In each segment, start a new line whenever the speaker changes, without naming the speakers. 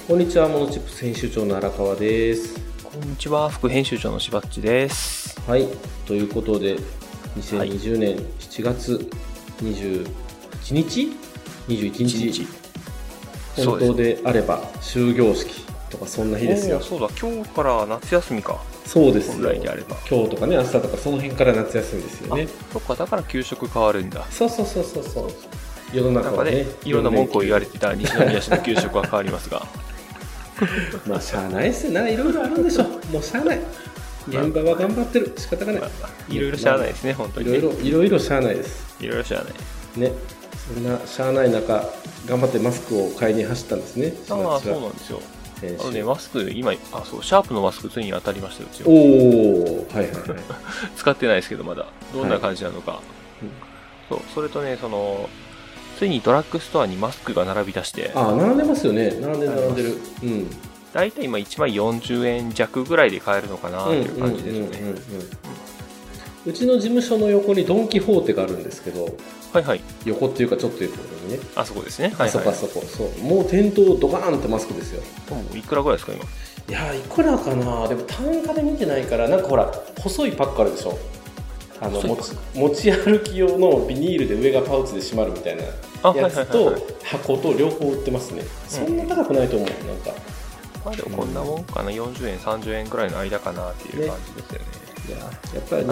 こんにちは、モノチップス編集長の荒川です。
こんにちは、副編集長のしばっちです。
はい、ということで2020年7月21日、21日、本当であれば終業式とかそんな日ですよ。
そうだ、今日から夏休みか。
そうですよ。
本来であれば
今日とかね、明日とかその辺から夏休みですよね。
そっか、だから給食変わるんだ。
そう世の中はね、
いろんな文句を言われてた西宮市の給食は変わりますが
まあしゃあないですよね、いろいろあるんでしょ。もうしゃあない、現場は頑張ってる、仕方がない、
いろいろしゃあないですね、本当にね。
いろいろしゃあないです。
いろいろしゃあない
ね。そんなしゃあない中、頑張ってマスクを買いに走ったんですね。
そうなんですよ。マスク、今、シャープのマスクついに当たりましたよ、うち
おお、はい
使ってないですけど、まだどんな感じなのか、それとね、ついにドラッグストアにマスクが並び出して。
並んでますよね。並んでる。
だいたい今1枚40円弱ぐらいで買えるのかなという感じですね。
うちの事務所の横にドン・キホーテがあるんですけど、横っていうかちょっというところにね、
あそこですね。
あそこそう、もう店頭ドカーンってマスクですよ。
いくらぐらいですか今？
いや、いくらかな。でも単価で見てないから、なんかほら細いパックあるでしょ。持ち歩き用のビニールで上がパウチで閉まるみたいなやつと箱と両方売ってますね。そんな高くないと思う。なんか
でもこんなもんかな、40円30円くらいの間かなっていう感じですよね。
いや、やっぱり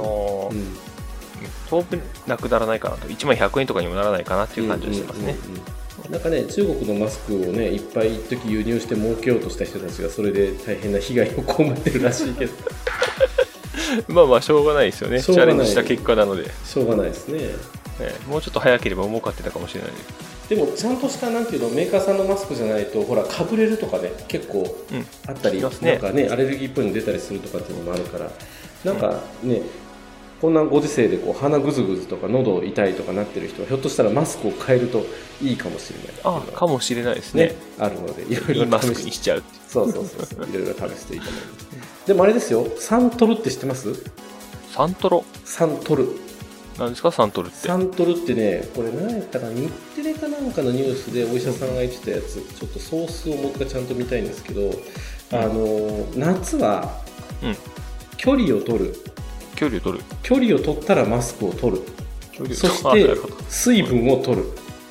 当分なくならないかなと、1枚100円とかにもならないかなっていう感じがしてますね。
なんかね、中国のマスクをね、いっぱい一時輸入して儲けようとした人たちがそれで大変な被害を被ってるらしいけど
まあしょうがないですよね。チャレンジした結果なので
しょうがないですね。
もうちょっと早ければ儲かってたかもしれないです。
でもちゃんとしたなんていうの、メーカーさんのマスクじゃないと、ほらかぶれるとかね、結構あったり、なんかね、アレルギーっぽいの出たりするとかっていうのもあるから、なんかね、こんなご時世でこう鼻ぐずぐずとか喉痛いとかなってる人は、ひょっとしたらマスクを変えるといいかもしれない。
かもしれないですね。
あるので、いろいろ
マスクにしちゃうって。
そういろいろ試していいと思います。でもあれですよ、サントルって知ってます？
サントル。何ですかサントルって？
サントルってね、これ何やったかな、日テレかなんかのニュースでお医者さんが言ってたやつ、ちょっとソースをもう一回ちゃんと見たいんですけど、夏は距離を取る。距離を取ったらマスクを取る。そして水分を取る。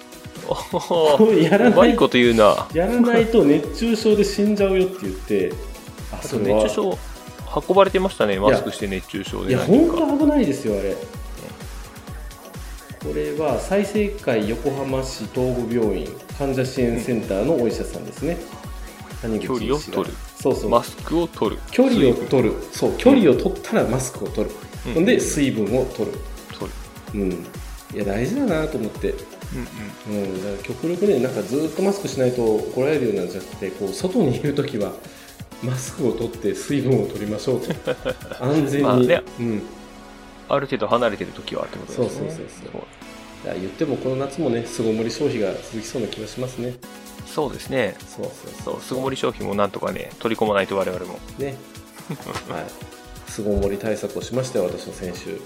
うまいこと言うな。
やらないと熱中症で死んじゃうよって言って、
熱中症運ばれてましたね、マスクして熱中症で。
いや本当危ないですよあれ。これは済生会横浜市東部病院患者支援センターのお医者さんですね。
距離を取る。
そう
マスクを取る。
距離を取る。そう、距離を取ったらマスクを取る。ほんで水分を取る。いや大事だなと思って。だから極力ね、なんかずっとマスクしないと怒られるようなんじゃなくて、こう外にいるときはマスクを取って水分を取りましょうと。安全に。
ある程度離れてるときはってことですね。
そう言ってもこの夏もね、巣ごもり消費が続きそうな気がしますね。
そうですね。巣ごもり消費もなんとかね、取り込まないと我々も
ね。巣ごもり対策をしましたよ、私の先週。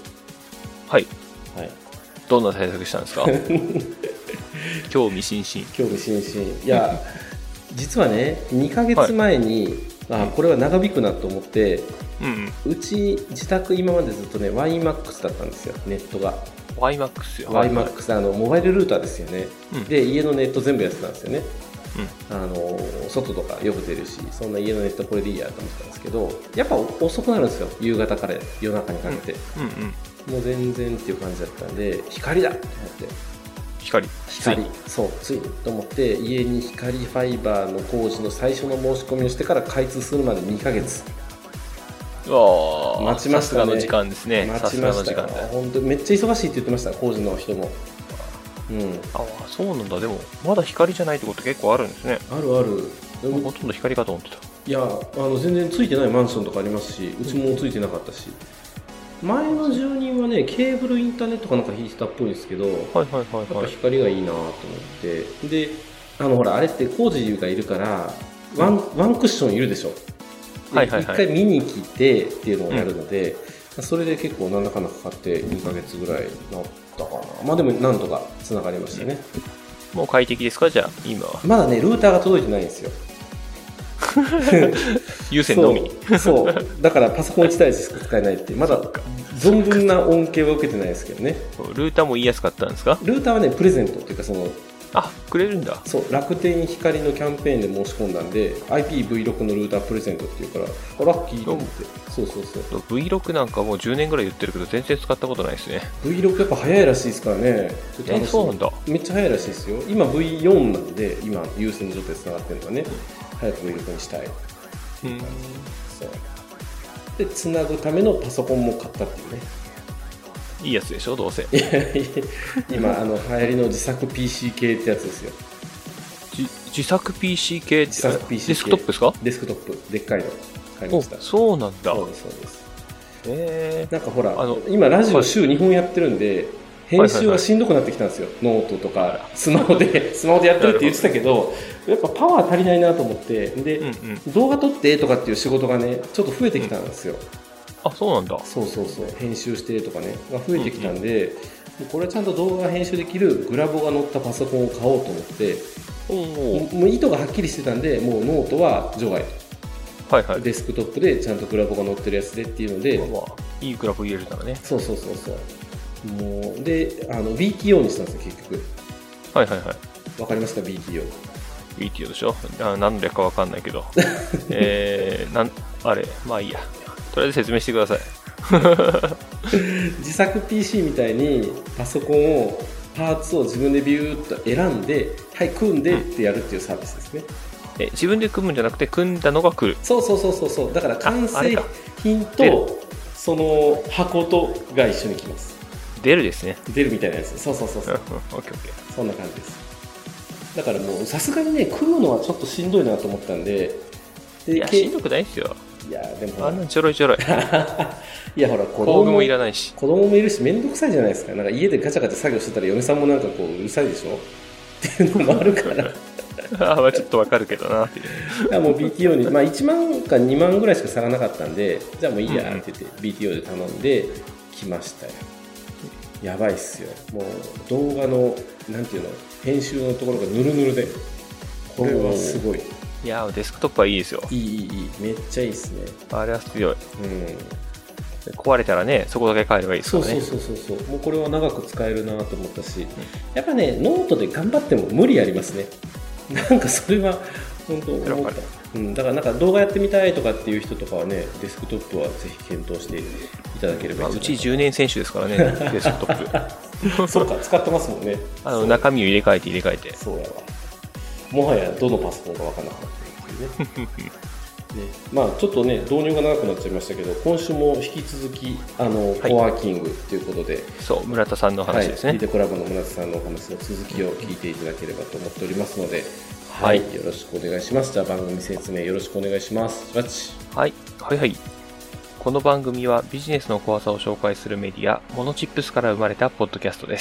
どんな対策したんですか？興味津々。
いや実はね、2ヶ月前に、これは長引くなと思って、うち自宅今までずっとね YMAX だったんですよ、ネットが。YMAX、モバイルルーターですよね。で家のネット全部やってたんですよね。外とかよく出るし、そんな家のネットこれでいいやと思ってたんですけど、やっぱ遅くなるんですよ、夕方から夜中にかけて。もう全然っていう感じだったんで、光だと思って、
光
そうついにと思って家に光ファイバーの工事の最初の申し込みをしてから開通するまで2ヶ月待ちましたね。
さすがの時間ですね。
待ちましたよ。本当めっちゃ忙しいって言ってました、工事の人も。
そうなんだ。でもまだ光じゃないってこと結構あるんですね。
ある。
でもほとんど光かと思ってた。
いや全然ついてないマンションとかありますし、うちもついてなかったし、前の住人はねケーブルインターネットかなんか引いてたっぽいんですけど、やっぱ光がいいなと思って、でほらあれって工事がいるからワンクッションいるでしょ。一回見に来てっていうのをやるので、それで結構なんだかんだかかって2ヶ月ぐらいなったかな。でもなんとかつながりましたね。
もう快適ですか？じゃあ今は。
まだねルーターが届いてないんですよ。
有線のみ。
そうだからパソコン1台しか使えないってまだ存分な恩恵は受けてないですけどね。
ルーターも言いやすかったんですか？
ルーターはねプレゼントっていうか
くれるんだ。
そう楽天光のキャンペーンで申し込んだんで IPv6 のルータープレゼントっていうからラッキーと思って。そう
V6 なんかもう10年ぐらい言ってるけど全然使ったことないですね。
V6 やっぱ早いらしいですからね。
そうなんだ。
めっちゃ早いらしいですよ。今 V4 なんで今有線状態つながってるのがね早く V6 にしたい。そうでつなぐためのパソコンも買ったっていうね。
いいやつでしょどうせ。
今流行りの自作 PC 系ってやつですよ。
自作 PC 系って
自作 PC 系
デスクトップですか？
デスクトップでっかいの買いました。
そうなんだ。
そうですなんかほら今ラジオ週2本やってるんで、編集はしんどくなってきたんですよ。ノートとかスマホでやってるって言ってたけどやっぱパワー足りないなと思ってで、動画撮ってとかっていう仕事がねちょっと増えてきたんですよ。
そうなんだ。そう
編集してとかねが増えてきたんで、これはちゃんと動画が編集できるグラボが載ったパソコンを買おうと思って、もう意図がはっきりしてたんでもうノートは除外、デスクトップでちゃんとグラボが載ってるやつでっていうので、
いいグラボ入れるならね。
そうもうでBTO にしたんですよ結局。わかりますか BTO
でしょ。何の略かわかんないけどあれまあいいや、とりあえず説明してください。
自作 PC みたいにパソコンをパーツを自分でビューッと選んで組んでってやるっていうサービスですね。
自分で組むんじゃなくて組んだのが来る。
そうだから完成品とその箱とが一緒に来ます。出るみたいなやつ。そうオッケーそんな感じです。だからもうさすがにね組むのはちょっとしんどいなと思ったんで。
いやしんどくないですよ。
いやでも
あんなちょろいい
やほら子
供もいらないし
子供もいるしめんどくさいじゃないですか。なんか家でガチャガチャ作業してたら嫁さんもなんかこううるさいでしょっていうのもあるから
ちょっとわかるけどなっていう。
もう BTO に、1万か2万ぐらいしか差がなかったんでじゃあもういいやって言って BTO で頼んで来ましたよ。やばいっすよ。もう動画のなんていうの編集のところがヌルヌルでこれはすごい。
いやデスクトップはいいですよ。
いいめっちゃいいですね。
あれは強い。壊れたらねそこだけ変えればいいですからね。
そうもうこれは長く使えるなと思ったし、やっぱねノートで頑張っても無理ありますね。なんかそれは本当思った。だからなんか動画やってみたいとかっていう人とかはねデスクトップはぜひ検討していただければいい。
うち10年選手ですからねデスクトップ。
そうか使ってますもんね。
中身を入れ替えて。
そうやわ。もはやどのパソコンか分からなくなってるっていうね。ちょっとね導入が長くなっちゃいましたけど今週も引き続きコワーキングということで、
そう村田さんの話ですね。
リーデコラボの村田さんのお話の続きを聞いていただければと思っておりますので、よろしくお願いします。じゃあ番組説明よろしくお願いします。
はい。この番組はビジネスの怖さを紹介するメディアモノチップスから生まれたポッドキャストです。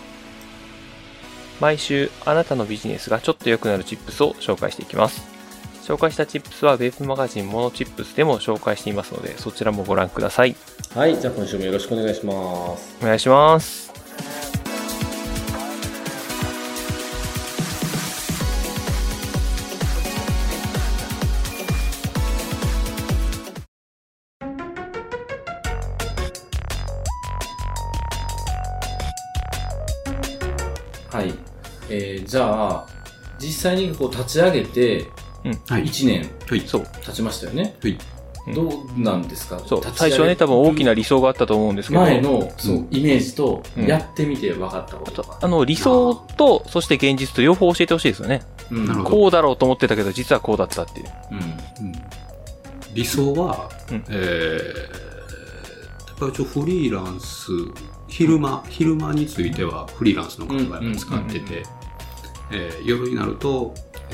毎週あなたのビジネスがちょっと良くなるチップスを紹介していきます。紹介したチップスはウェブマガジンモノチップスでも紹介していますのでそちらもご覧ください。
じゃあ今週もよろしくお願いします。
お願いします。
じゃあ実際にこう立ち上げて1年経ちましたよね。どうなんですか？
最初はね多分大きな理想があったと思うんですけど
前のイメージとやってみて分かったこととか、
理想とそして現実と両方教えてほしいですよね。こうだろうと思ってたけど実はこうだったっていう。
理想は、やっぱりフリーランス昼間についてはフリーランスの方が使ってて、夜になると、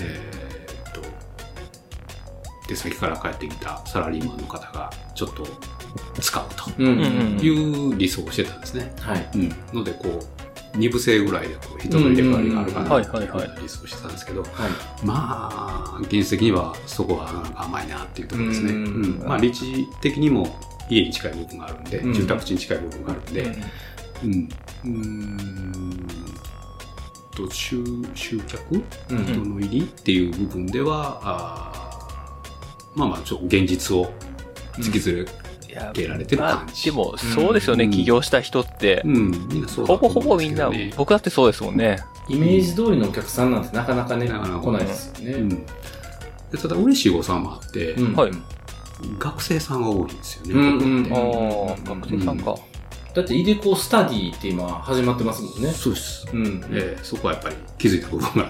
出先から帰ってきたサラリーマンの方がちょっと使うという理想をしてたんですね。のでこう2部制ぐらいでこう人の入れ替わりがあるかなという理想してたんですけど、現実的にはそこは甘いなっていうところですね。立地的にも家に近い部分があるんで、住宅地に近い部分があるんで、集客、人の入りっていう部分ではちょっと現実を突きずけられてる感じ。
でも、そうですよね、起業した人って。
みんなそうだと思うんですけどね。
ほぼほぼみんな、僕だってそうですもんね。
イメージ通りのお客さんなんてなかなかね、来ないですよね。
でただ嬉しい誤算もあって、
はい。
学生さんが多いんですよね。
学生さんか。
だってイデコスタディって今始まってますもんね。
そうです。そこはやっぱり気づいた部分があって、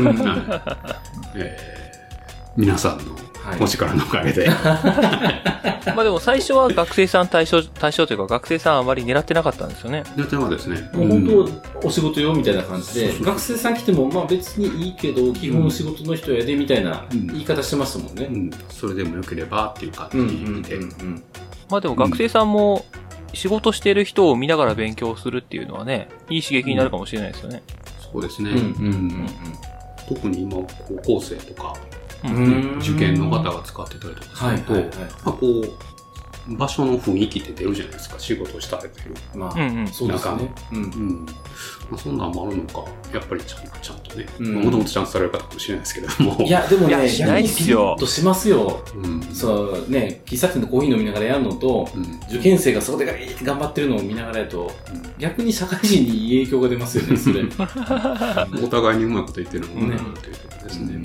皆さんのお力のおかげで。
まあでも最初は学生さん対象というか学生さんあまり狙ってなかったんですよね。
狙ってなかったですね。
もう本当お仕事よみたいな感じで、学生さん来てもまあ別にいいけど、基本仕事の人やでみたいな言い方してましたもんね。
それでもよければっていう感じで。
まあでも学生さんも仕事してる人を見ながら勉強するっていうのはね、いい刺激になるかもしれないですよね。
そうですね。特に今高校生とか、受験の方が使ってたりとかすると、こう、場所の雰囲気って出るじゃないですか、仕事をしたっていう。
まあ、そうですね。
そんなんもあるのか、やっぱりちゃんとね、もともとちゃんとされる方かもしれないですけれども。
いや、でもね、
しないっすよ。
ピリッとしますよ。そうね、喫茶店でコーヒー飲みながらやるのと、受験生がそこで頑張ってるのを見ながらやると、逆に社会人にいい影響が出ますよね、それ。
お互いにうまいこと言ってるのもね、ということですね。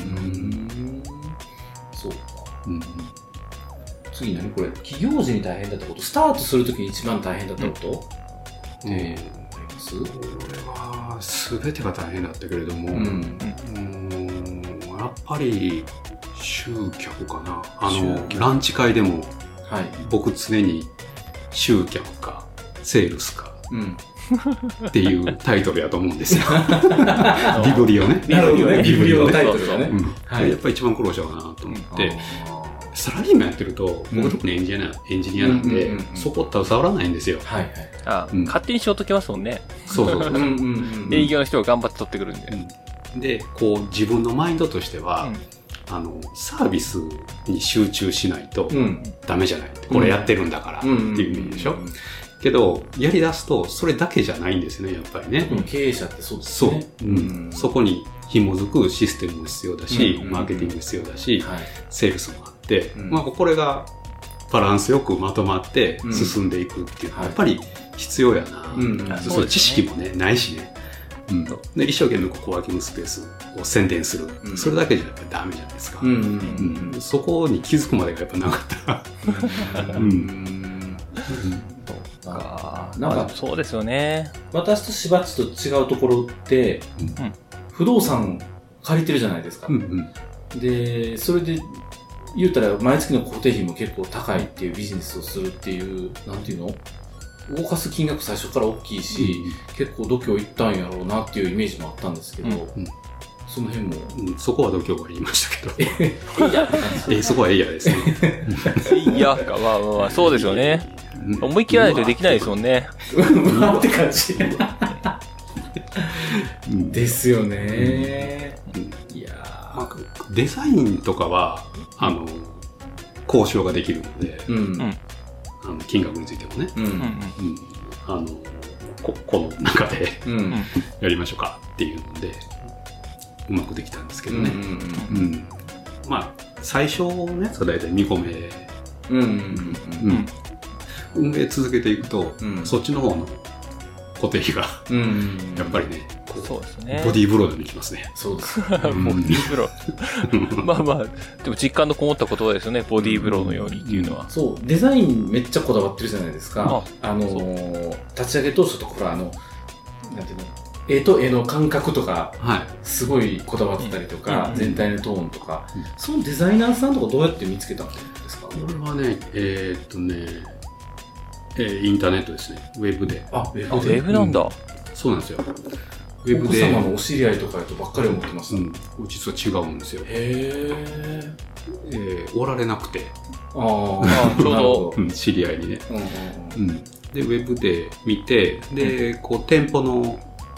そうか。次何これ、起業時に大変だったこと、スタートするときに一番大変だったことあります？
これは全てが大変だったけれども、やっぱり集客かな。ランチ会でも、僕常に集客かセールスかっていうタイトルやと思うんですよ。ビブリオね。
なるほどね。ビブリオのタイトルがね。
やっぱり一番苦労したかなと思って、サラリーマンやってると、僕特にエンジニアなんで、そこって触らないんですよ。
勝手に仕事来ますもんね。
そう。
営業の人が頑張って取ってくるんで。
で、こう自分のマインドとしては、サービスに集中しないとダメじゃない。これやってるんだからっていう意味でしょ。けど、やり出すと、それだけじゃないんですね、やっぱりね。
経営者ってそうですね。
そこに紐づくシステムも必要だし、マーケティングも必要だし、セールスもあって、これがバランスよくまとまって進んでいくっていうのは、やっぱり必要やな。そういう知識もね、ないしね。で一生懸命コワーキングスペースを宣伝する。それだけじゃやっぱりダメじゃないですか。そこに気づくまでがやっぱなかった。
なんかそうですよね。
私としばっちと違うところって、不動産借りてるじゃないですか。で、それで言ったら毎月の固定費も結構高いっていうビジネスをするっていう、なんていうの？動かす金額最初から大きいし、結構度胸いったんやろうなっていうイメージもあったんですけど、その辺も、
そこは度胸が言いましたけど。そこはエイヤーですね。
エイヤーか。まあ、そうですよね。思い切らないとできないですもんね。
って感じ。ですよね。いや
デザインとかは、交渉ができるので、金額についてもね、この中でやりましょうかっていうので、うまくできたんですけどね。まあ、最初のやつは大体見込め、運営続けていくと、そっちの方の固定費が、やっぱりね、
そうですね。
ボディーブローでもいきますね。
そうです。
ボディーブロー。まあまあ、でも実感のこもった言葉ですよね。ボディーブローのようにっていうのは。
そう、デザインめっちゃこだわってるじゃないですか。立ち上げ当初とか、ほら、なんていうの、絵と絵の感覚とか、すごいこだわってたりとか、全体のトーンとか、そのデザイナーさんとかどうやって見つけたんですか？
これはね、インターネットですね。ウェブで。
ウェブなんだ。
そうなんですよ。
ウェブで。奥様のお知り合いとかとばっかり思ってます。
実は違うんですよ。おられなくて。
ちょうど
知り合いにね。で、ウェブで見て、で、こう、店舗の、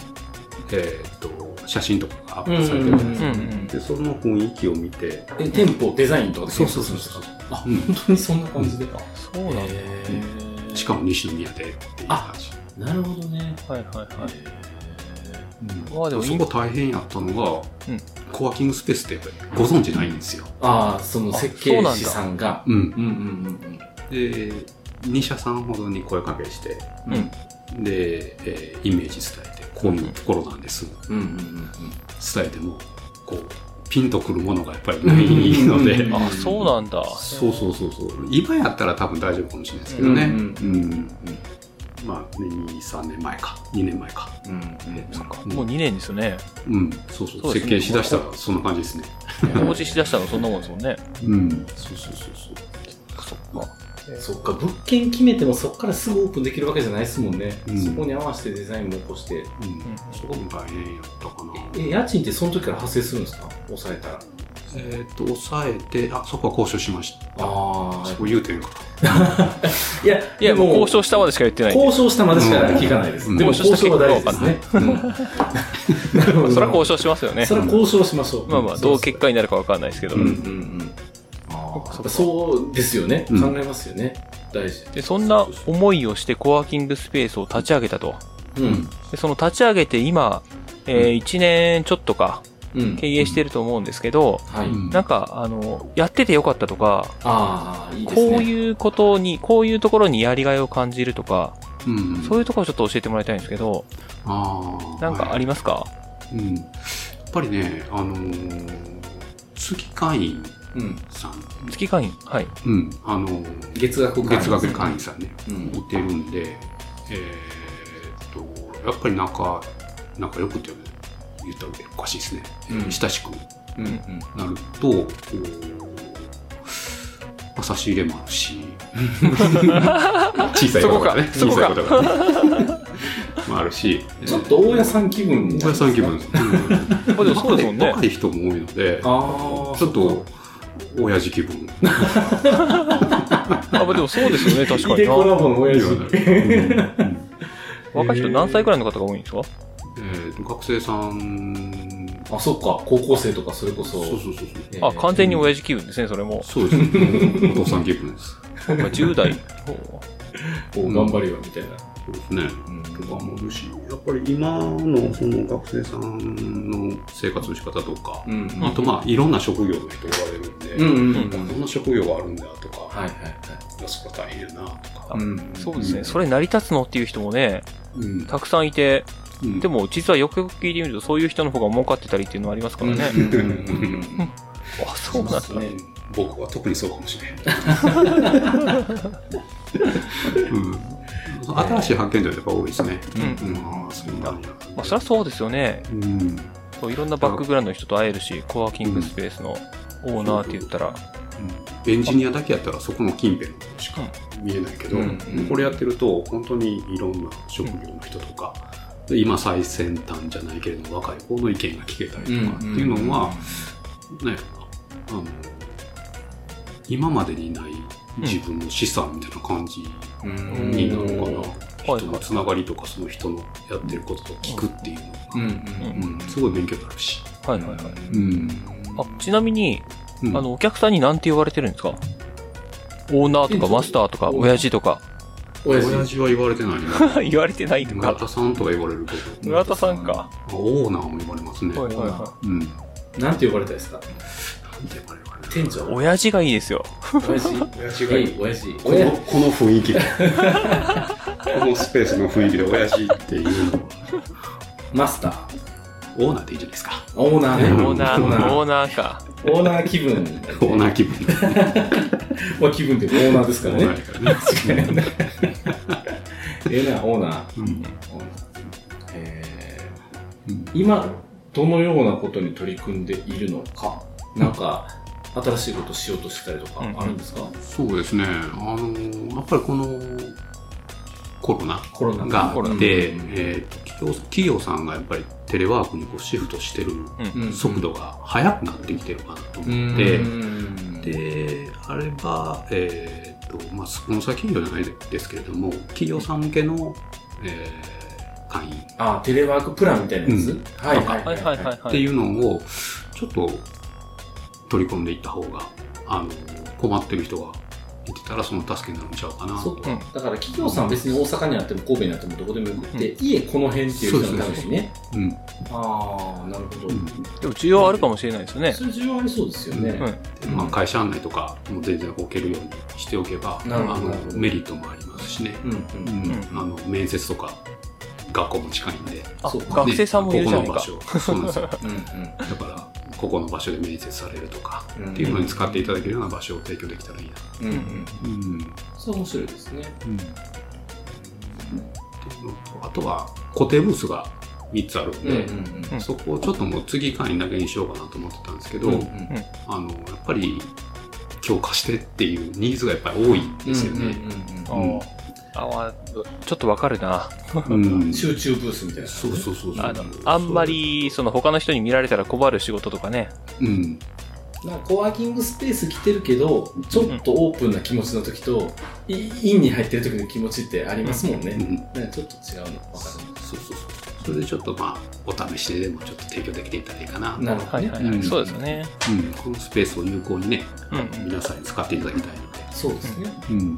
写真とかがアップされてるんですよ。で、その雰囲気を見て。
店舗、デザインとかで
そう。
本当にそんな感じで。
そうなんだ。
しかも西宮でっていう感じ。
なるほどね。
でもそこ大変やったのが、コワーキングスペースってご存知ないんですよ。
その設計士さんが。
で、2社さんほどに声かけして、で、イメージ伝えて、こういうところなんです。伝えても、こう、ピンとくるものがやっぱりないので。
そうなんだ。
そう。今やったら多分大丈夫かもしれないですけどね。まあ、2、3年前か。2年前か。
そっか。もう2年ですよね。
そう。設計しだしたらそんな感じですね。
工事しだしたのそんなもんですもんね。
そう。
そっか。
そっか、物件決めてもそこからすぐオープンできるわけじゃないですもんね。そこに合わせてデザインも起こして。
そこも大変やったかな。
家賃ってその時から発生するんですか？抑えたら。
抑えて、そこは交渉しました。そこ言うてんか。
いや、もう交渉したまでしか言ってない。
交渉したまでしか聞かないです。でも交渉は大事ですね。
それは交渉しますよね。
それは交渉しましょう。
まあ、どう結果になるかわかんないですけど。
そうですよね。考えますよね。大事。
で、そんな思いをしてコワーキングスペースを立ち上げたと。で、その立ち上げて今、1年ちょっとか、経営してると思うんですけど、なんか、やっててよかったとか、こういうことに、こういうところにやりがいを感じるとか、そういうところをちょっと教えてもらいたいんですけど、なんかありますか？
やっぱりね、月会員さん。
月会員？はい。
月額
会員さんね、いてるんで、やっぱりなんかよく言ったらおかしいですね。親しくなると、差し入れもあるし、小さいことがね、小さいことがもあるし、
ちょっと大家さん気分。
大家さん気分です。
でもそうですもんね。
若い人も多いので、ちょっと親父気分。
でもそうですよね、確かに。
イデコラボの親父。
若い人何歳くらいの方が多いんですか？
学生さん。
そっか、高校生とかそれこそ。
そう。
完全に親父気分ですね、それも。
そうです。お父さん気分です。
10代。
頑張るよ、みたいな。
そうですね。とかもあるし、やっぱり今のその学生さんの生活の仕方とか、あといろんな職業の人がおられるんで、こんな職業があるんだとか、そこ大変やなとか。
そうですね。それ成り立つのっていう人もね、たくさんいて、でも実はよくよく聞いてみるとそういう人の方が儲かってたりっていうのはありますからね。そうなんですね。
僕は特にそうかもしれない。新しい発見というのが多いですね。
そりゃそうですよね。いろんなバックグラウンドの人と会えるし、コワーキングスペースのオーナーって言ったら。
エンジニアだけやったらそこの近辺のことしか見えないけど、これやってると本当にいろんな職業の人とか、今最先端じゃないけれども若い子の意見が聞けたりとかっていうのは、ね、今までにない自分の資産みたいな感じになるのかな。人のつながりとかその人のやってることを聞くっていうのが、すごい勉強になるし。
ちなみに、お客さんに何て言われてるんですか？オーナーとかマスターとか親父とか。
親父は言われてないな。
言われてないとか。
村田さんとは言われるけど。
村田さんか。
オーナーも言われますね。
なんて呼ばれたいですか？なんて呼ばれるかな。店長。
親父がいいですよ。
親父がいい。親父。
この雰囲気で。このスペースの雰囲気で親父っていうのは。
マスター。
オーナーでいいじゃないですか。
オーナーね。
オーナーか。
オーナー気分。
オーナー気分。
まあ気分ってオーナーですからね。オーナー。今、どのようなことに取り組んでいるのか、なんか、新しいことをしようとしたりとかあるんですか？
そうですね。やっぱりこのコロナがあって、企業さんがやっぱりテレワークにシフトしてる速度が速くなってきてるかなと思って、で、あれば、スポンサー企業じゃないですけれども、企業さん向けの、会員。
テレワークプランみたいなやつ？
っていうのを、ちょっと取り込んでいった方が、困ってる人がいてたらその助けになるんちゃうかな。
そうか。だから企業さん別に大阪にあっても神戸にあってもどこでもよくって、家この辺っていう人のためにね。ああ、なるほど。
でも需要あるかもしれないですよね。
そういう需要ありそうですよね。
会社案内とかも全然置けるようにしておけば、メリットもありますしね。面接とか学校も近いんで。
学生さんもいるじゃないか。
そうなんですよ。だからここの場所で面接されるとかっていうのに使っていただけるような場所を提供できたらいいな。
そう面白いですね。
あとは固定ブースが3つあるんで、そこをちょっともう次会員だけにしようかなと思ってたんですけど、やっぱり強化してっていうニーズがやっぱり多いんですよね。
ちょっとわかるな。
集中ブースみたいな。
そう。
あんまり、他の人に見られたら困る仕事とかね。
コワーキングスペース来てるけど、ちょっとオープンな気持ちの時と、インに入ってる時の気持ちってありますもんね。ちょっと違うの。わかる。
そう。それでちょっとお試しでもちょっと提供できていたらいいかな。
なるほどね。
そうですよね。
このスペースを有効にね、皆さんに使っていただきたいので。
そうですね。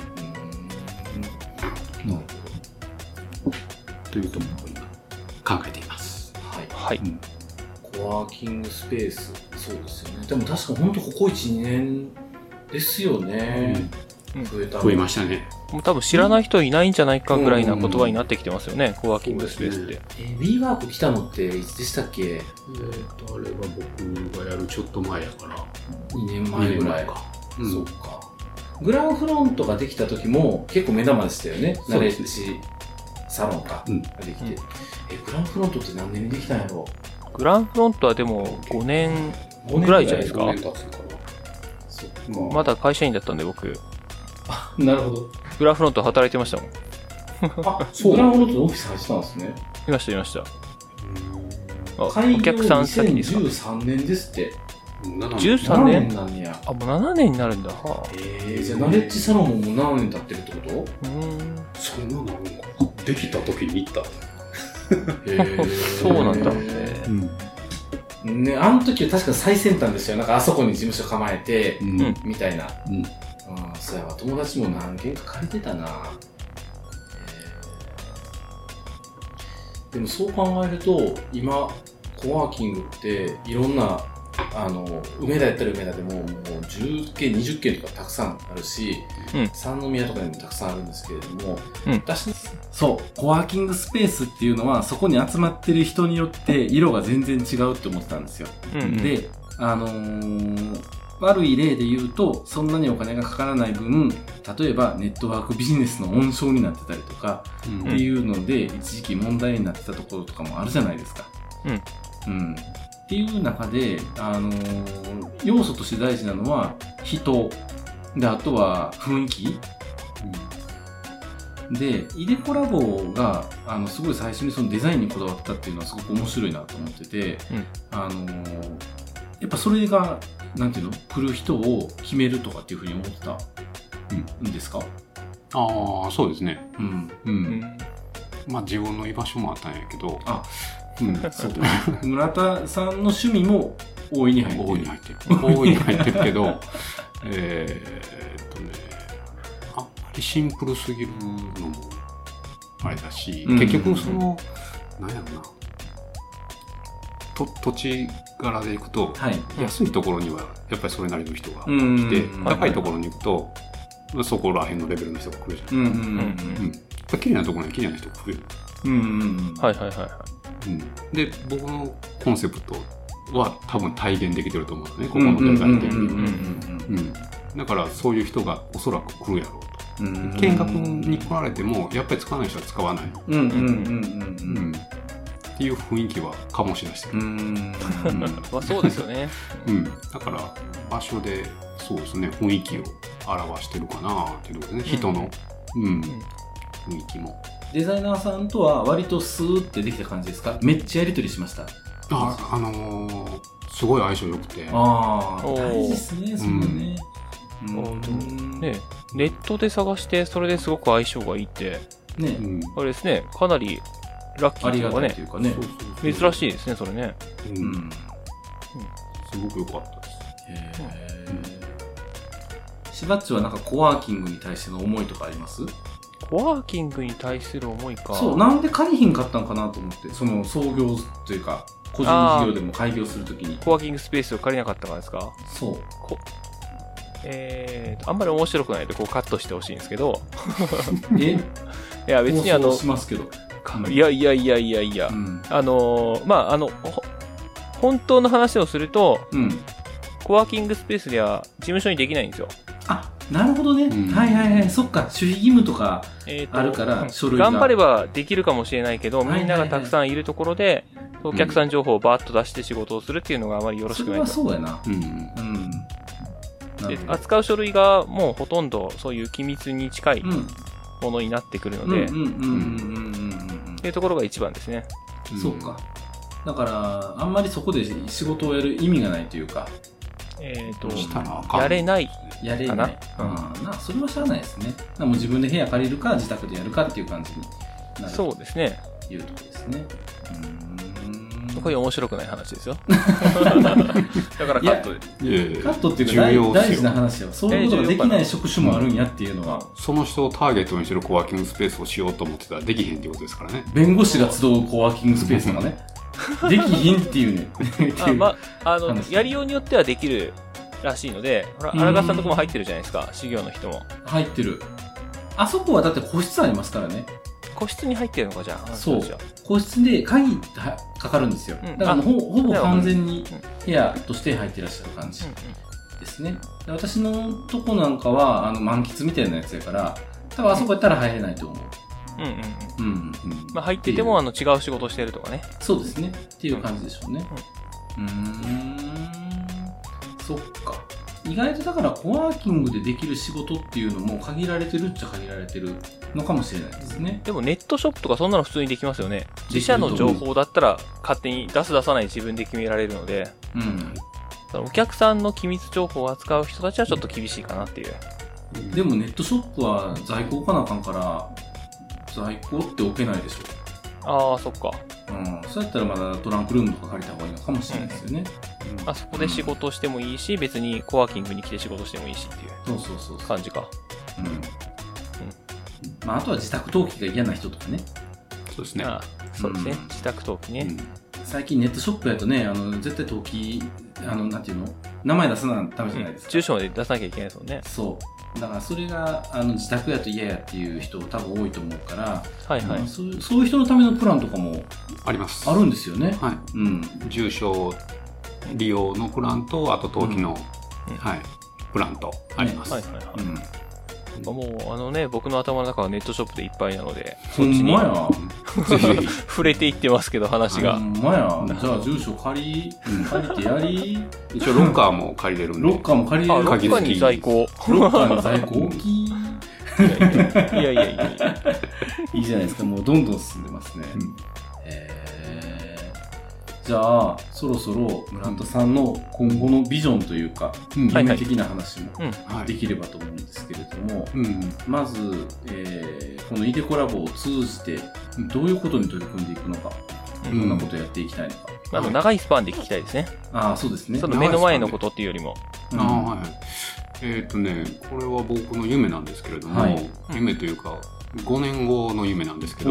というところを今考えています。
はい。
コワーキングスペース、そうですよね。でも確か本当ここ 1,2 年ですよね。
増えましたね。
もう多分知らない人いないんじゃないかぐらいな言葉になってきてますよね、コワーキングスペースって。
WeWork 来たのっていつでしたっけ？
あれは僕がやるちょっと前やから。
2年前ぐらいか。そうか。グランフロントができた時も結構目玉でしたよね。ナレッジサロンができて。グランフロントって何年にできたんやろう？
グランフロントはでも5年ぐらいじゃないですか。
5年経つか
な。まだ会社員だったんで僕。
なるほど。
グランフロント働いてましたもん。
そう。グランフロントのオフィス入ってたんですね。
いました。
お客さん先ですか？2013年ですって。
13年
なんや。
もう7年になるんだ。
じゃあナレッジサロンももう7年経ってるってこと？
そんなのあるのか。できた時に行った。
そうなんだ。
ね、あの時は確か最先端ですよ。なんかあそこに事務所構えて、みたいな。そうやわ。友達も何軒か借りてたな。でもそう考えると、今、コワーキングっていろんな、梅田やったら梅田でもう10軒、20軒とかたくさんあるし、三宮とかにもたくさんあるんですけれども、そう、コワーキングスペースっていうのはそこに集まってる人によって色が全然違うって思ってたんですよ。で、悪い例で言うと、そんなにお金がかからない分、例えばネットワークビジネスの温床になってたりとか、っていうので、一時期問題になってたところとかもあるじゃないですか。っていう中で、要素として大事なのは人で、あとは雰囲気、で、イデコラボがすごい最初にそのデザインにこだわったっていうのはすごく面白いなと思ってて、やっぱそれがなんていうの、来る人を決めるとかっていうふうに思ってたんですか？
そうですね。まあ自分の居場所もあったんやけど。
そう村田さんの趣味も大いに入ってる。
大いに入ってるけど、あんまりシンプルすぎるのもあれだし、結局なんやろな、土地柄でいくと、安いところにはやっぱりそれなりの人が来て、高いところに行くと、そこら辺のレベルの人が来るじゃないですか。綺麗なところには綺麗な人が来る。で、僕のコンセプトは多分体現できてると思うんですね、ここのデザイン的に。だからそういう人がおそらく来るやろうと。見学に来られてもやっぱり使わない人は使わないっていう雰囲気は醸し出してる。
そうですよね。
だから場所でそうですね、雰囲気を表してるかなっていうところですね、人の雰囲気も。
デザイナーさんとは割とスーってできた感じですか？めっちゃやり取りしました？
すごい相性良くて。
大事ですね、そのね。
ネットで探してそれですごく相性がいいってあれですね、かなりラッキーというかね、珍しいですね、それね。
すごく良かったです。
しばっちはなんかコワーキングに対しての思いとかあります？
コワーキングに対する思いか。
そう、なんで借りひんかったのかなと思って、その創業というか、個人企業でも開業するときに。
コワーキングスペースを借りなかったからですか？
そう。
あんまり面白くないので、こうカットしてほしいんですけど。
い
や、別に
しますけど。
いや、うん、本当の話をすると、コワーキングスペースでは事務所にできないんですよ。
あ、なるほどね。はい、そっか、守秘義務とかあるから、書類が。
頑張ればできるかもしれないけど、みんながたくさんいるところで、お客さん情報をバーッと出して仕事をするっていうのがあまりよろしくないと。
それはそうやな。
で、扱う書類がもうほとんどそういう機密に近いものになってくるので、っていうところが一番ですね。
そうか。だから、あんまりそこで仕事をやる意味がないというか、
やれない。
やれない。それはしゃあないですね。もう自分で部屋借りるか、自宅でやるかっていう感じになる。
そうですね。
いうところですね。
こういう面白くない話ですよ。だからカットで。
カットっていうか大事な話よ。そういうことができない職種もあるんやっていうのは。
その人をターゲットにしてるコワーキングスペースをしようと思ってたらできへんっていうことですからね。
弁護士が集うコワーキングスペースとかね。できひんっていうね。
やりようによってはできるらしいので、ほら、荒川さんのとこも入ってるじゃないですか、修行の人も。
入ってる。あそこはだって個室ありますからね。
個室に入ってるのか、じゃあ。
そう。個室で鍵かかるんですよ。だからほぼ完全に部屋として入っていらっしゃる感じですね。私のとこなんかは、満喫みたいなやつやから、多分あそこやったら入れないと思う。
入ってても違う仕事してるとかね。
そうですね。っていう感じでしょうね。そっか。意外とだからコワーキングでできる仕事っていうのも限られてるっちゃ限られてるのかもしれないですね。
でもネットショップとかそんなの普通にできますよね。自社の情報だったら勝手に出さない自分で決められるので、お客さんの機密情報を扱う人たちはちょっと厳しいかなっていう。
でもネットショップは在庫置かなあかんから、在庫って置けないでしょ。
ああ、そっか。
そうやったらまだトランクルームとか借りた方がいいのかもしれないですよね。
そこで仕事してもいいし、別にコワーキングに来て仕事してもいいしっていう感じか。
あとは自宅登記が嫌な人とかね。
そうですね。
そうですね。自宅登記ね。
最近ネットショップやとね、絶対登記、なんていうの？名前出さないとダメじゃないですか。
住所まで出さなきゃいけないですもんね。
そう。だからそれが、自宅やと嫌やっていう人多分多いと思うから、そういう人のためのプランとかも
あります。
あるんですよね。
住所利用のプランと、あと登記の、プランとあります。
もう僕の頭の中はネットショップでいっぱいなので、
そっちに
触れていってますけど、話が。
ほんまや。じゃあ住所借りてやり。
一応ロッカーも借りれるんで。
ロッカーも借りれる。
ロッカーに在庫。
ロッカーに在庫大きい。
いや。
いいじゃないですか。もうどんどん進んでますね。じゃあ、そろそろ村田さんの今後のビジョンというか、夢的な話もできればと思うんですけれども、まず、このイデコラボを通じて、どういうことに取り組んでいくのか、どんなことをやっていきたいのか。
長いスパンで聞きたいですね。
そうですね。
その目の前のことっていうよりも。
これは僕の夢なんですけれども、夢というか、5年後の夢なんですけど、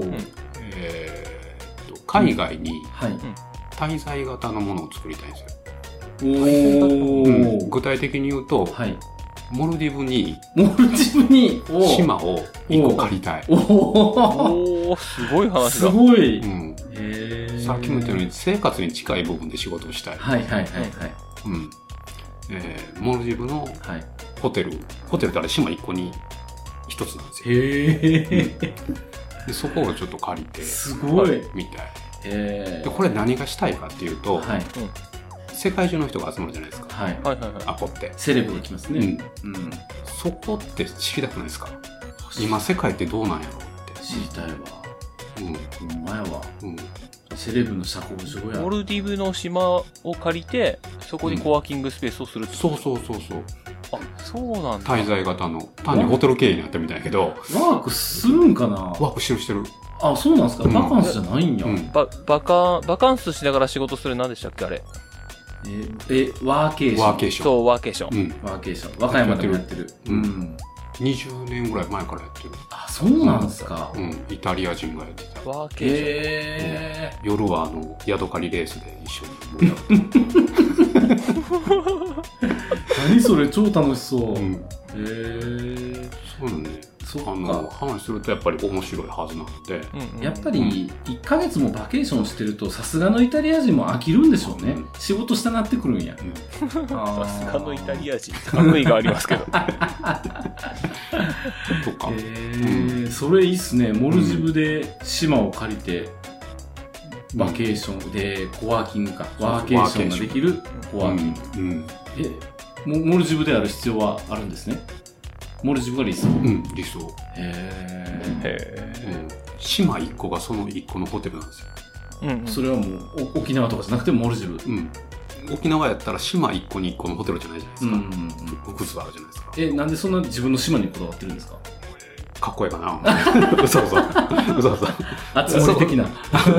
海外に滞在型のものを作りたいんですよ。具体的に言うと、モルディブに島を1個借りたい。
すごい話だ。
すごい。
さっきも言ったように生活に近い部分で仕事をしたい。モルディブのホテルってあれ島1個に1つなんですよ。でそこをちょっと借りて
すごい
みたい。でこれ何がしたいかっていうと、世界中の人が集まるじゃないですか。アポって
セレブが来ますね。
そこって知りたくないですか？今世界ってどうなんやろうって
知りたいわ。ほんまやわ。セレブの社交場や。
モルディブの島を借りてそこにコワーキングスペースをするってこと？
そう。
そうなんだ。
滞在型の単にホテル経営になったみたいだけど、
ワークするんかな？
ワークしてる。
そうなんですか。バカンスじゃないんや。
バカンスしながら仕事する何でしたっけあれ。
ワーケーション。
ワーケーション。
そう、ワーケーション。
ワーケーション。和歌山でもやってる。
20年ぐらい前からやってる。
あ、そうなんですか。
イタリア人がやってた。
ワーケーション。
夜はヤドカリレースで一緒に盛り上がって。
何それ、超楽しそう。
そうなんね。話するとやっぱり面白いはずなので。
やっぱり1ヶ月もバケーションしてるとさすがのイタリア人も飽きるんでしょうね。仕事したなってくるんや。
さすがのイタリア人。悪意がありますけど。とか。
それいいっすね。モルジブで島を借りてバケーションでコワーキングか。ワーケーションができるコワーキング。モルジブである必要はあるんですね。モルジブが理想。
理想。島1個がその1個のホテルなんです
よ。それはもう沖縄とかじゃなくてモルジブ。
沖縄やったら島1個に1個のホテルじゃないじゃないですか。複数あるじゃないですか。
なんでそんな自分の島にこだわってるんですか？
かっこいいかな。嘘。
熱盛的な。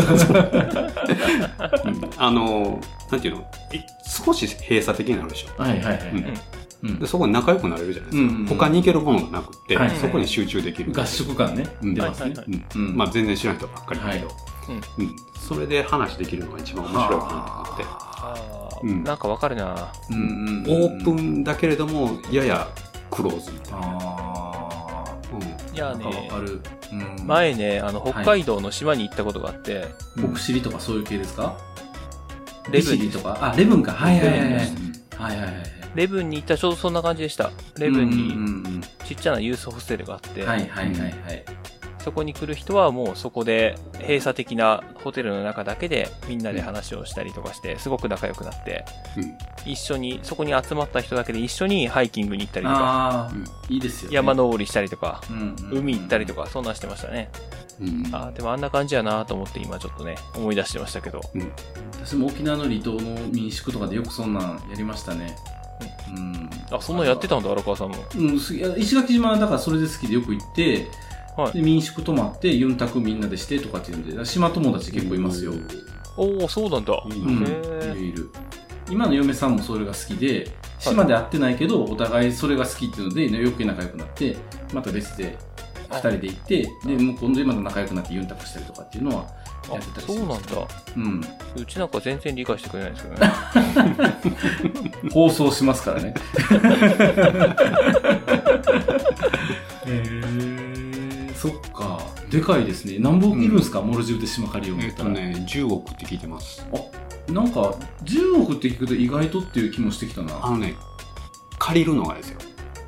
なんていうの、少し閉鎖的になるでしょ。でそこに仲良くなれるじゃないですか。他に行けるものがなくて、そこに集中できる。
合宿感ね。出ますね。
まあ全然知らない人ばっかりだけど、それで話できるのが一番面白いかなと思って。
なんかわかるな。
オープンだけれどもややクローズみたいな。
いやね、前ね、北海道の島に行ったことがあって、
奥尻とかそういう系ですか？レブンとか、レブンか。
レブンに行ったらちょうどそんな感じでした。レブンにちっちゃなユースホステルがあって、そこに来る人はもうそこで閉鎖的なホテルの中だけでみんなで話をしたりとかしてすごく仲良くなって、一緒にそこに集まった人だけで一緒にハイキングに行ったりとか、
いいですよね。
山登りしたりとか、海行ったりとかそんなんしてましたね。でもあんな感じやなと思って今ちょっとね思い出してましたけど、
私も沖縄の離島の民宿とかでよくそんなんやりましたね。
そんなんやってたんだ荒川さんも。
石垣島だからそれで好きでよく行って、で民宿泊まってユンタクみんなでしてとかっていうんで島友達結構いますよ。
おお、そうなんだ。
いる。今の嫁さんもそれが好きで、島で会ってないけどお互いそれが好きっていうので余計仲良くなってまた別で2人で行って、で向こうでまた仲良くなってユンタクしたりとかっていうのはやってたりしてました。
そうなんだ。うちなんか全然理解してくれないですけどね。
放送しますからね。そっか。でかいですね。何本いるんですか、モルジブで島借りを持ったら。
10億って聞いてます。
なんか10億って聞くと意外とっていう気もしてきたな。
借りるのがですよ。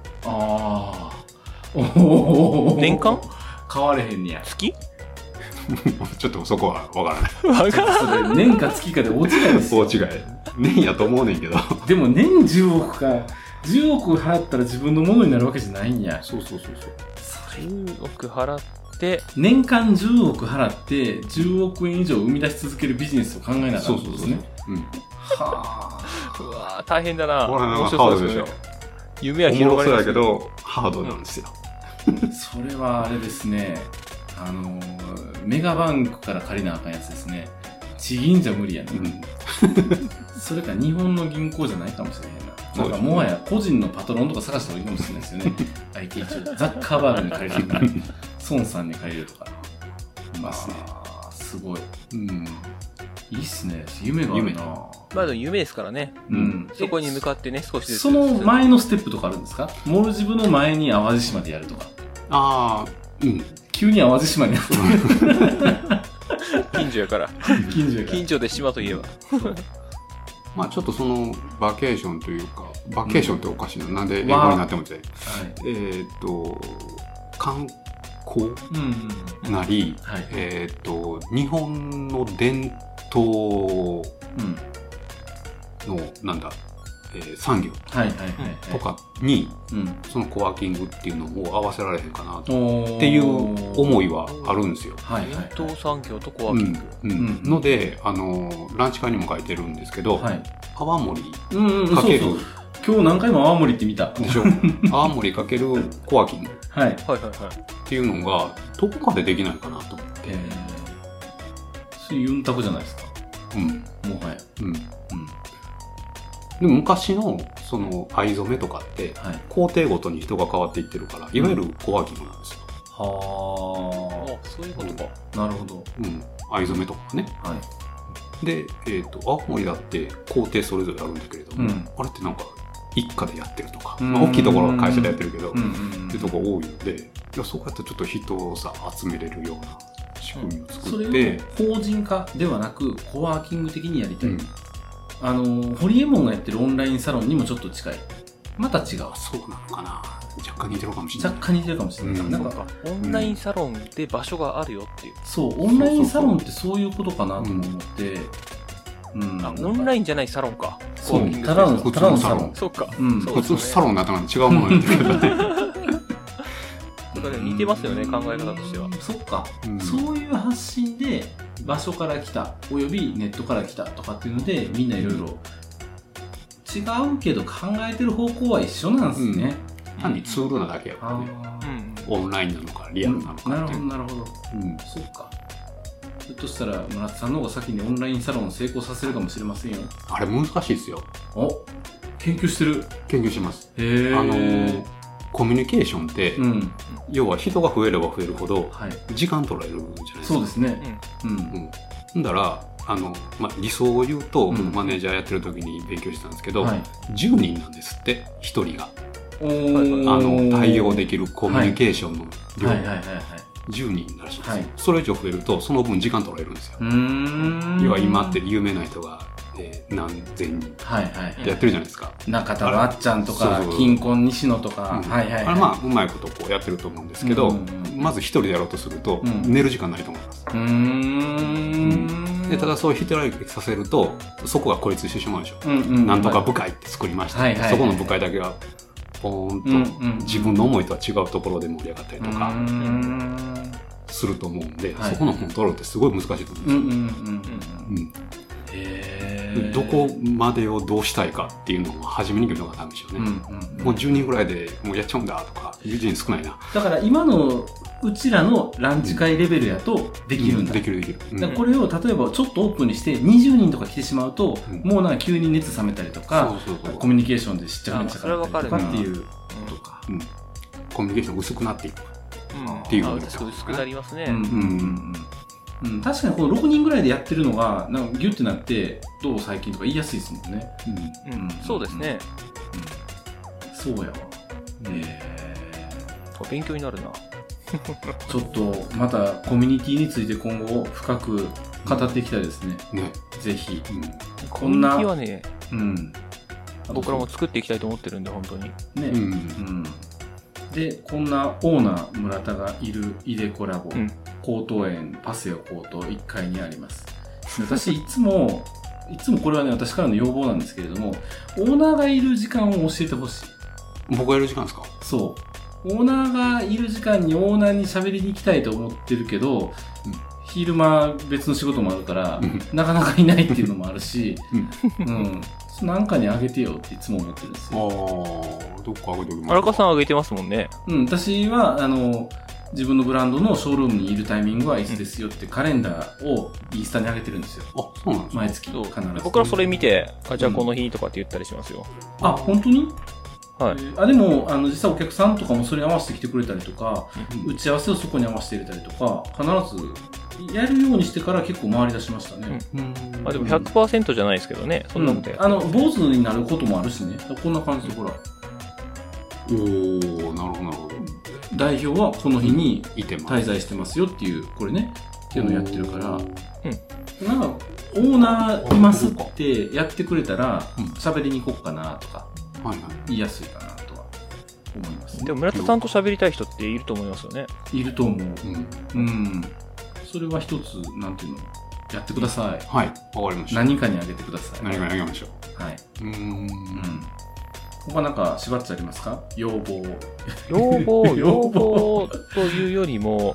年間
買われへんねや。
月
ちょっとそこはわからない。
それ年か月かで大違いですよ。
大違い。年やと思うねんけど。
でも年10億か。10億払ったら自分のものになるわけじゃないんや。
そう。
10億払って
年間10億払って10億円以上生み出し続けるビジネスを考えながらそうですね。
はあ。うわ大変だな。
面白そうですね。
夢は広がります
けどハードなんですよ。
それはあれですね。メガバンクから借りなあかんやつですね。地銀じゃ無理やね。それか日本の銀行じゃないかもしれへんな。なんかもはや個人のパトロンとか探した方がいいかもしれないですよね。IT 中ザッカーバーグに借りるとか、孫さんに借りるとか。いますね。すごい。いいっすね。夢があるな。
まだ夢ですからね。そこに向かってね、少しずつ。
その前のステップとかあるんですか？モルジブの前に淡路島でやるとか。急に淡路島にやる。
近所やから。近所で島といえば。
まあちょっとそのバケーションというか、バケーションっておかしいな。なんで英語になってもって。観光なり、日本の伝統の、なんだ、産業とかに、そのコワーキングっていうのを合わせられへんかなっていう思いはあるんですよ。
伝統産業とコワーキング。
ので、ランチ会にも書いてるんですけど、泡盛かける。
今日何回も泡盛って見た。
でしょ。泡盛かけるコワーキング。っていうのが、どこかでできないかなと思って。
それユンタクじゃないですか。もはや。
でも昔のその藍染めとかって、工程ごとに人が変わっていってるから、いわゆるコワーキングなんですよ。
はあ、そういうことか。
なるほど。
藍染めとかね。で、青森だって工程それぞれあるんだけれども、あれってなんか一家でやってるとか、大きいところは会社でやってるけど、っていうところが多いので、いや、そこやったらちょっと人をさ、集めれるような仕組みを作って。
それを法人化ではなく、コワーキング的にやりたい。ホリエモンがやってるオンラインサロンにもちょっと近い。また違う。
そうなのかな。若干似てるかもしれない。
若干似てるかもしれない。
なんか、オンラインサロンで場所があるよっていう。
そう、オンラインサロンってそういうことかなと思って、
オンラインじゃないサロンか。
そう、ただのサロン。
そうか。
普通サロンだったら違うものになってるけどね。
似てますよね、考え方としては。
そっか。そういう発信で、場所から来た、およびネットから来たとかっていうので、みんないろいろ違うけど考えてる方向は一緒なんですね。
単にツールなだけやからね。オンラインなのかリアルなのかっていう。
なるほど。そっか。ひょっとしたら村田さんの方が先にオンラインサロンを成功させるかもしれませんよ。
あれ難しいですよ。
研究してる。
研究します。コミュニケーションって、要は人が増えれば増えるほど時間取られるじゃないですか。
そうですね。
だから理想を言うと、マネージャーやってる時に勉強してたんですけど、10人なんですって、1人が対応できるコミュニケーションの量10人になるしいですよ。それ以上増えるとその分時間取られるんですよ。要は今って有名な人が何千人やってるじゃないですか。
中田のあっちゃんとか金婚西野とか、
あれうまいことこうやってると思うんですけど、まず一人でやろうとすると寝る時間ないと思います。でただそう一人歩きさせるとそこが孤立してしまうでしょ。なんとか部会って作りました。そこの部会だけがポーンと自分の思いとは違うところで盛り上がったりとかすると思うんで、そこのコントロールってすごい難しいと思うんですよ。どこまでをどうしたいかっていうのを初めに決めなかったんでしょうね。もう10人ぐらいでもうやっちゃうんだとか、10人少ないな。
だから今のうちらのランチ会レベルやとできるんだ。
できる。
だからこれを例えばちょっとオープンにして20人とか来てしまうと、もうなんか急に熱冷めたりとか、コミュニケーションでしっちゃくなっちゃったりとかっていうことか。
コミュニケーション薄くなっていくっていうことですよね。
薄くなりますね。
確かにこの6人ぐらいでやってるのがなんかギュッてなってどう最近とか言いやすいですもんね。
そうですね。
そうやわ。
勉強になるな。
ちょっとまたコミュニティについて今後深く語っていきたいですね。ぜひ。
コミュニティはね、僕らも作っていきたいと思ってるんで本当に。
でこんなオーナー村田がいるイデコラボ、高等園パセオ高等1階にあります。私いつもこれはね私からの要望なんですけれども、オーナーがいる時間を教えてほしい。
僕がいる時間ですか？
そう。オーナーがいる時間にオーナーに喋りに行きたいと思ってるけど、昼間別の仕事もあるから、なかなかいないっていうのもあるし、なんかにあげてよっていつも思ってるんですよ。
どっかあげておきますか？
荒川さんあげてますもんね。
私は自分のブランドのショールームにいるタイミングはいつですよってカレンダーをインスタに上げてるんですよ。
そうなんですか？
毎月必ず。
僕はそれ見て、じゃあこの日とかって言ったりしますよ。
本当に？
はい。
でも実際お客さんとかもそれに合わせて来てくれたりとか、打ち合わせをそこに合わせて入れたりとか、必ずやるようにしてから結構回り出しましたね。
でも 100% じゃないですけどね。そんなことや。
坊主になることもあるしね。こんな感じでほら。
なるほど。
代表はこの日に滞在してますよっていうこれねっていうのをやってるから、なんかオーナーいますってやってくれたら喋りに行こうかなとか言いやすいかなとは思いますね。
でも村田さんと喋りたい人っていると思いますよね。
いると思う。それは一つなんていうのやってください。
はい、わかりました。
何かにあげてください。
何かにあげましょう。
はい。他なんか縛っちゃありますか？要望
というよりも、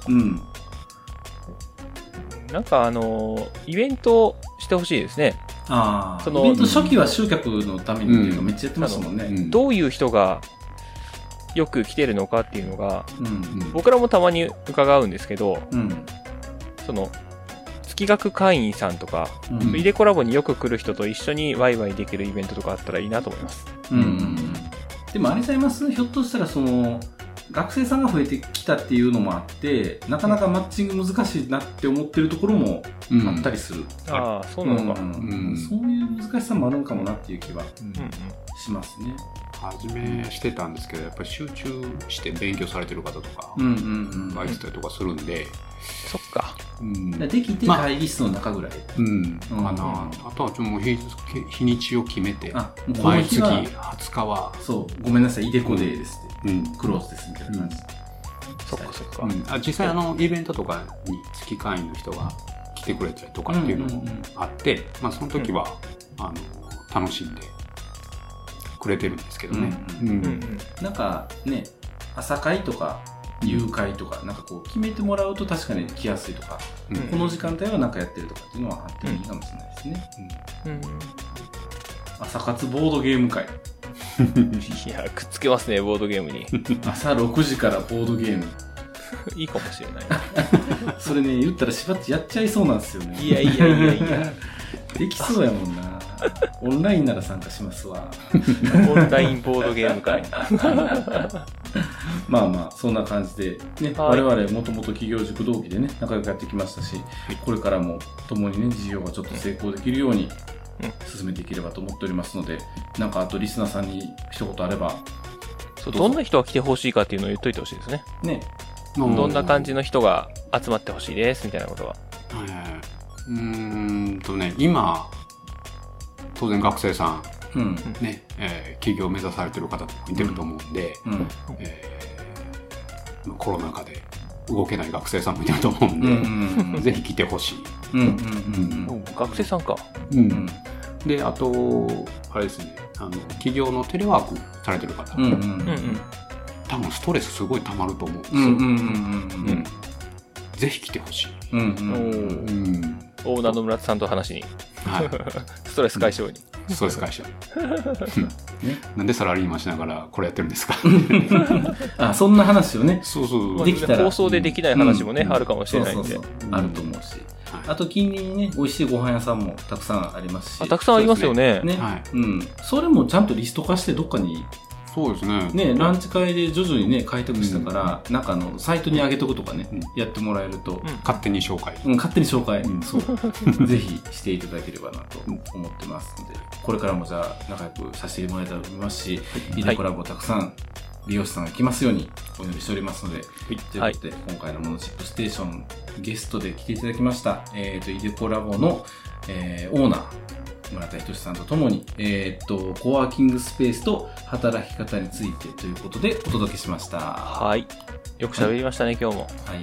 なんかイベントしてほしいですね。
イベント初期は集客のためにっていうかめっちゃやってますもんね。
どういう人がよく来てるのかっていうのが、僕らもたまに伺うんですけど、 月額会員さんとか、イデコラボによく来る人と一緒にワイワイできるイベントとかあったらいいなと思います。
でもあれちゃいます？ひょっとしたら学生さんが増えてきたっていうのもあって、なかなかマッチング難しいなって思ってるところもあったりする。
ああ、そうなのか。
そういう難しさもあるのかもなっていう気はしますね。
初めしてたんですけど、やっぱり集中して勉強されてる方とかがいてたりとかするんで、
そっか。
できて会議室の中ぐらい。
かな。あとはもう日にちを決めて、毎月20日は。
そう、ごめんなさい、イデコデーですって。クローズですみたいな感じ。
そっかそっか。
実際イベントとかに月会員の人が来てくれたりとかっていうのもあって、その時は楽しんでくれてるんですけどね。
なんかね、朝会とか夕会とかなんか決めてもらうと確かに来やすいとか、この時間帯は何かやってるとかっていうのはあってもいいかもしれないですね。朝活ボードゲーム会。
いや、くっつけますね、ボードゲームに。
朝6時からボードゲーム。
いいかもしれない。
それね、言ったらしばっちやっちゃいそうなんですよね。
いや。
できそうやもんな。オンラインなら参加しますわ。
オンラインボードゲーム会。
そんな感じで、ね、我々もともと企業塾同期でね、仲良くやってきましたし、これからも共にね、事業がちょっと成功できるように進めていければと思っておりますので、なんかあとリスナーさんに一言あれば。
どんな人が来てほしいかっていうのを言っといてほしいですね。
ね。
どんな感じの人が集まってほしいですみたいなことは。
今当然学生さん、起業を目指されてる方とかいてると思うんで、コロナ禍で動けない学生さんもいてると思うんで、ぜひ来てほしい。
学生さんか。
で、あとあれですね、企業のテレワークされてる方、多分ストレスすごい溜まると思うんですよ。ぜひ来てほしい。
オーナーの村田さんと話に。ストレス解消に。
ストレス解消。なんでサラリーマンしながらこれやってるんですか。
そんな話をね。
できたら放送でできない話もね、あるかもしれないんで。
あると思うし。あと近隣にね、美味しいご飯屋さんもたくさんありますし。
たくさんありますよね。
それもちゃんとリスト化してどっかに。
そうですね。
ランチ会で徐々にね、開拓したから、なんかサイトに上げとくとかね、やってもらえると。
勝手に紹介。
勝手に紹介。そう。ぜひしていただければなと思ってますので、これからもじゃあ仲良くさせてもらえたらと思いますし、イデコラボたくさん利用者さんが来ますようにお祈りしておりますので、ということで、今回のモノチップステーションゲストで来ていただきました、イデコラボの、オーナー、村田仁さんとともに、コワーキングスペースと働き方についてということでお届けしました。
はい。よく喋りましたね、今日も。
はい。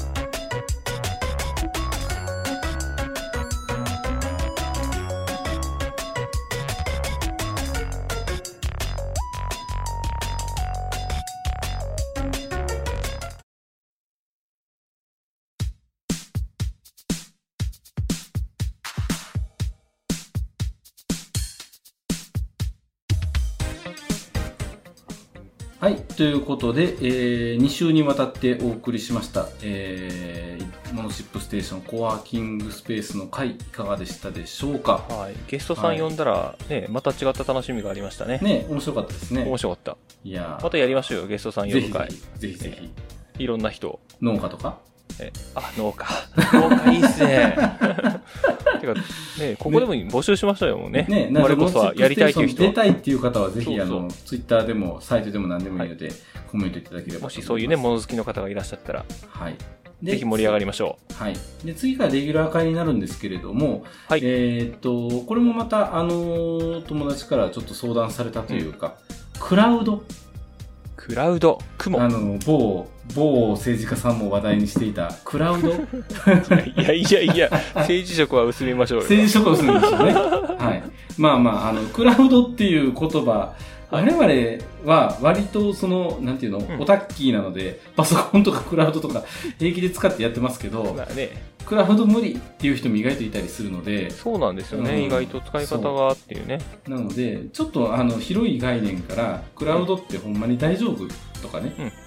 はい、ということで、2週にわたってお送りしました、モノチップステーションコワーキングスペースの回いかがでしたでしょうか。
はい、ゲストさん呼んだら、ね、また違った楽しみがありましたね。
ね、面白かったですね。
面白かった。
いや
またやりましょうよ、ゲストさん呼ぶ回。
ぜひぜひ。
いろんな人。
農家とか
農家。農家いいっすね。てか、ね、ここでも募集しましたよ、もうね。
ね、
我こそはやりたいという人。
出たいっていう方はぜひ、ツイッターでも、サイトでも何でもいいので、コメントいただければ。
もしそういうね、物好きの方がいらっしゃったら、
はい。
ぜひ盛り上がりましょ
う。はい。で、次からレギュラー会になるんですけれども、
はい。
これもまた、友達からちょっと相談されたというか、クラウド、
雲。
某政治家さんも話題にしていたクラウド。
いや、政治色は薄めましょうよ。
政治色は薄めましょうね。はい。クラウドっていう言葉、我々は割となんていうの、オタッキーなので、パソコンとかクラウドとか平気で使ってやってますけど、クラウド無理っていう人も意外といたりするので。
そうなんですよね、意外と使い方がっていうね。
なので、ちょっと広い概念から、クラウドってほんまに大丈夫とかね、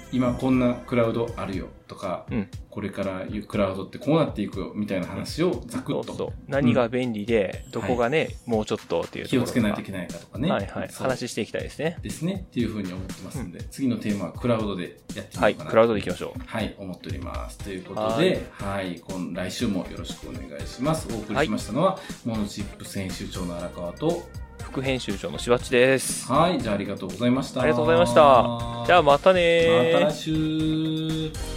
今こんなクラウドあるよとか、これからクラウドってこうなっていくよみたいな話をざくっと。
そう何が便利で、どこがね、もうちょっとっていうところ
気をつけないといけないかとかね。
話していきたいですね。
ですね。っていうふうに思ってますんで、次のテーマはクラウドでやってみようかな。
はい、クラウドでいきましょう。
はい、思っております。ということで、来週もよろしくお願いします。お送りしましたのは、モノチップ編集長の荒川と、
副編集長のしばっちです。
はい、じゃあありがとうございました。
ありがとうございました。じゃあまたね。
また来週。